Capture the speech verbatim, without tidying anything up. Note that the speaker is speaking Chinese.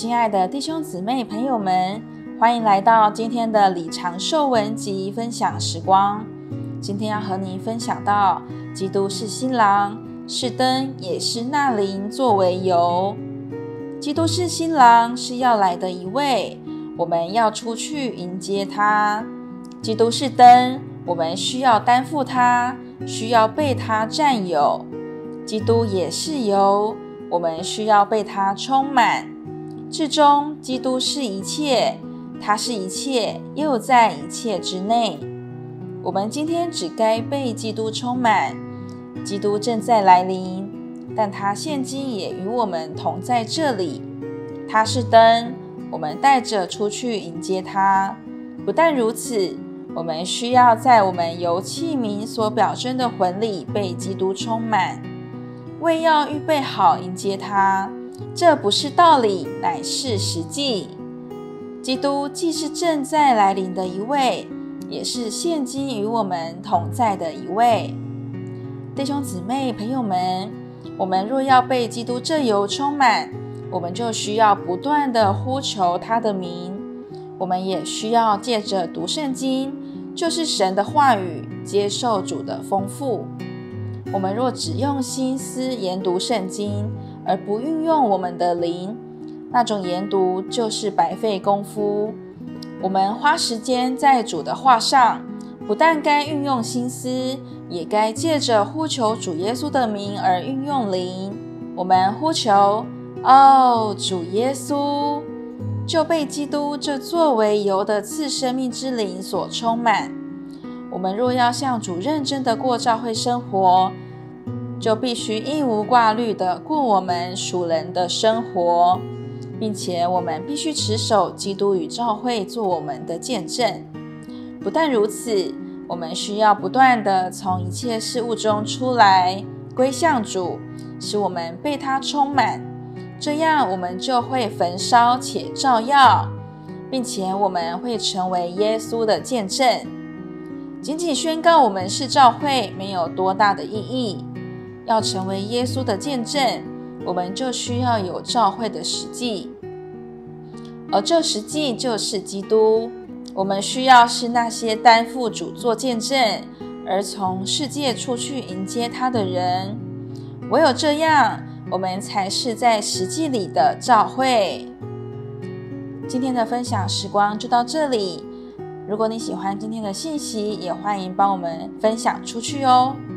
亲爱的弟兄姊妹朋友们，欢迎来到今天的李长寿文集分享时光。今天要和您分享到基督是新郎，是灯也是那灵作为油。基督是新郎，是要来的一位，我们要出去迎接他。基督是灯，我们需要担负他，需要被他占有。基督也是油，我们需要被他充满。至终，基督是一切，他是一切，又在一切之内。我们今天只该被基督充满。基督正在来临，但他现今也与我们同在这里。他是灯，我们带着出去迎接他。不但如此，我们需要在我们由器皿所表征的魂里被基督充满，为要预备好迎接他。这不是道理，乃是实际。基督既是正在来临的一位，也是现今与我们同在的一位。弟兄姊妹朋友们，我们若要被基督这油充满，我们就需要不断的呼求他的名。我们也需要借着读圣经，就是神的话语，接受主的丰富。我们若只用心思研读圣经，而不运用我们的灵，那种研读就是白费功夫。我们花时间在主的话上，不但该运用心思，也该借着呼求主耶稣的名而运用灵。我们呼求，哦，主耶稣，就被基督这作为油的赐生命之灵所充满。我们若要向主认真的过教会生活，就必须一无挂虑的过我们属人的生活，并且我们必须持守基督与教会做我们的见证。不但如此，我们需要不断的从一切事物中出来，归向主，使我们被他充满。这样我们就会焚烧且照耀，并且我们会成为耶稣的见证。仅仅宣告我们是教会没有多大的意义，要成为耶稣的见证，我们就需要有教会的实际，而这实际就是基督。我们需要是那些担负主做见证，而从世界出去迎接他的人。唯有这样，我们才是在实际里的教会。今天的分享时光就到这里。如果你喜欢今天的信息，也欢迎帮我们分享出去哦。